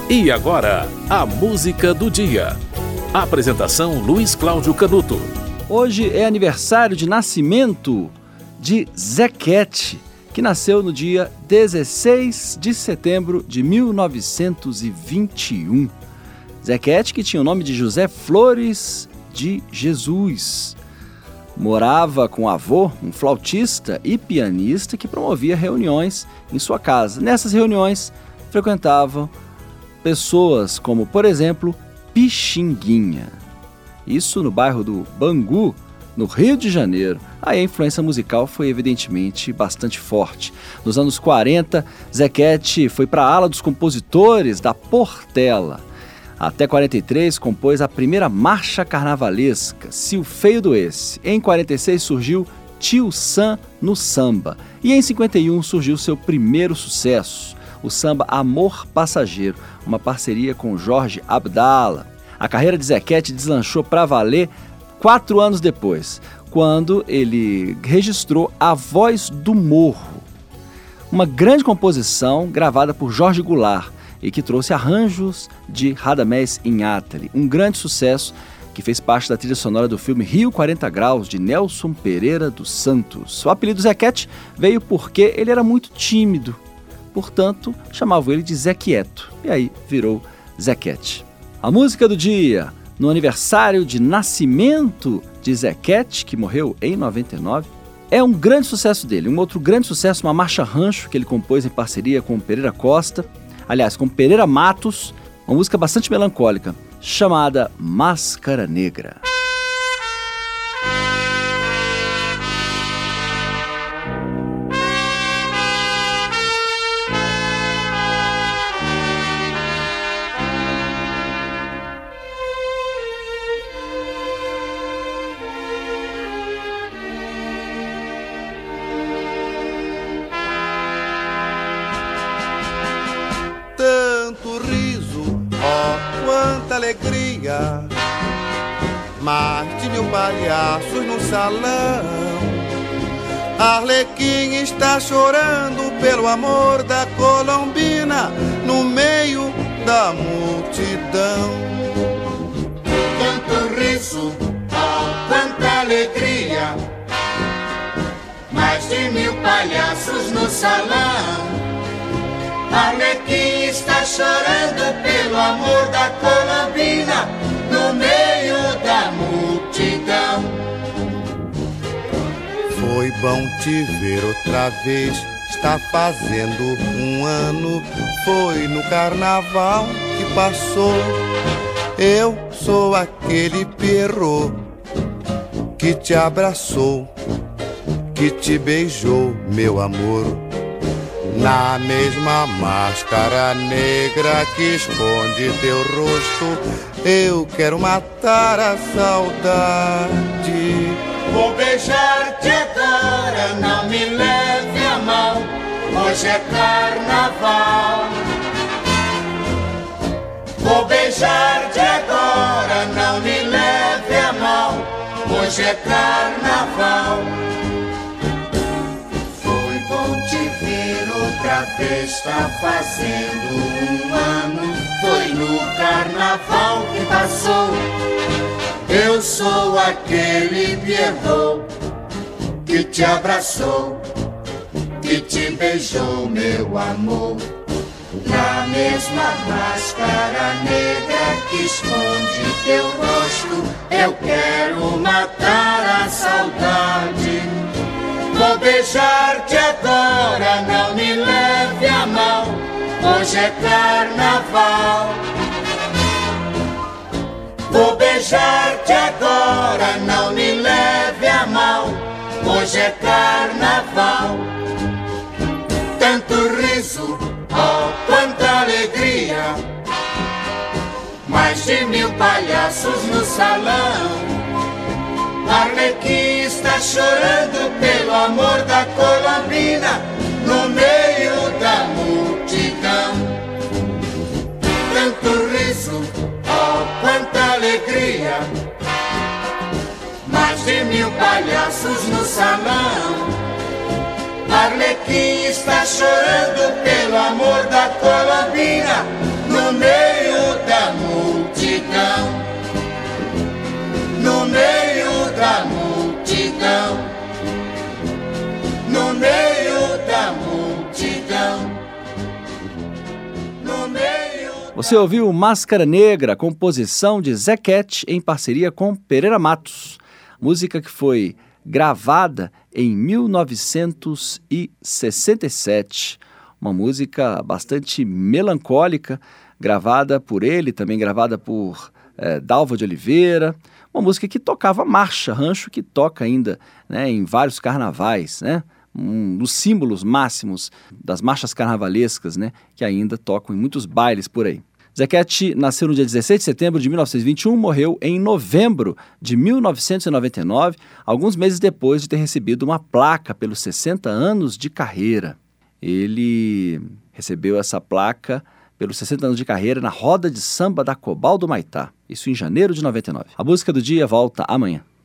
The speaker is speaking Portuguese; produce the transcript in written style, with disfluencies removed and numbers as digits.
E agora, a música do dia. Apresentação Luiz Cláudio Canuto. Hoje é aniversário de nascimento de Zequete, que nasceu no dia 16 de setembro de 1921. Zequete, que tinha o nome de José Flores de Jesus. Morava com o avô, um flautista e pianista que promovia reuniões em sua casa. Nessas reuniões, frequentavam pessoas como, por exemplo, Pixinguinha. Isso no bairro do Bangu, no Rio de Janeiro. Aí a influência musical foi evidentemente bastante forte. Nos anos 40, Zequete foi para a ala dos compositores da Portela. Até 43, compôs a primeira marcha carnavalesca, Se o Feio Doesse. Em 46 surgiu Tio Sam no samba. E em 51 surgiu seu primeiro sucesso, o samba Amor Passageiro, uma parceria com Jorge Abdala. A carreira de Zequete deslanchou para valer 4 anos depois, quando ele registrou A Voz do Morro, uma grande composição gravada por Jorge Goulart e que trouxe arranjos de Radamés Inátali, um grande sucesso que fez parte da trilha sonora do filme Rio 40 Graus, de Nelson Pereira dos Santos. O apelido Zequete veio porque ele era muito tímido, portanto, chamavam ele de Zé Quieto, e aí virou Zequete. A música do dia, no aniversário de nascimento de Zequete, que morreu em 99, é um grande sucesso dele. Um outro grande sucesso, uma marcha rancho que ele compôs em parceria com Pereira Costa, aliás, com Pereira Matos, uma música bastante melancólica, chamada Máscara Negra. Tanto riso, ó, quanta alegria, mais de 1000 palhaços no salão. Arlequim está chorando pelo amor da Colombina no meio da multidão. Tanto riso, ó, quanta alegria, mais de 1000 palhaços no salão. Arlequim está chorando pelo amor da Colombina no meio da multidão. Foi bom te ver outra vez, está fazendo um ano. Foi no carnaval que passou. Eu sou aquele Pierrot que te abraçou, que te beijou, meu amor. Na mesma máscara negra que esconde teu rosto, eu quero matar a saudade. Vou beijar-te agora, não me leve a mal, hoje é carnaval. Vou beijar-te agora, não me leve a mal, hoje é carnaval. Outra vez está fazendo um ano. Foi no carnaval que passou. Eu sou aquele Pierrot que te abraçou, que te beijou, meu amor. Na mesma máscara negra que esconde teu rosto, eu quero matar a saudade. Vou beijar-te agora, não me leve a mal, hoje é carnaval. Vou beijar-te agora, não me leve a mal, hoje é carnaval. Tanto riso, oh, quanta alegria, mais de 1000 palhaços no salão. Arlequim está chorando pelo amor da Colombina no meio da multidão. Tanto riso, oh, quanta alegria, mais de 1000 palhaços no salão. Arlequim está chorando pelo amor da Colombina no meio Você ouviu Máscara Negra, composição de Zequete em parceria com Pereira Matos. Música que foi gravada em 1967. Uma música bastante melancólica, gravada por ele, também gravada por Dalva de Oliveira. Uma música que tocava marcha, rancho que toca ainda, né, em vários carnavais, né? Um dos símbolos máximos das marchas carnavalescas, né, que ainda tocam em muitos bailes por aí. Zequete nasceu no dia 16 de setembro de 1921, morreu em novembro de 1999, alguns meses depois de ter recebido uma placa pelos 60 anos de carreira. Ele recebeu essa placa pelos 60 anos de carreira na roda de samba da Cobal do Maitá, isso em janeiro de 99. A música do dia volta amanhã.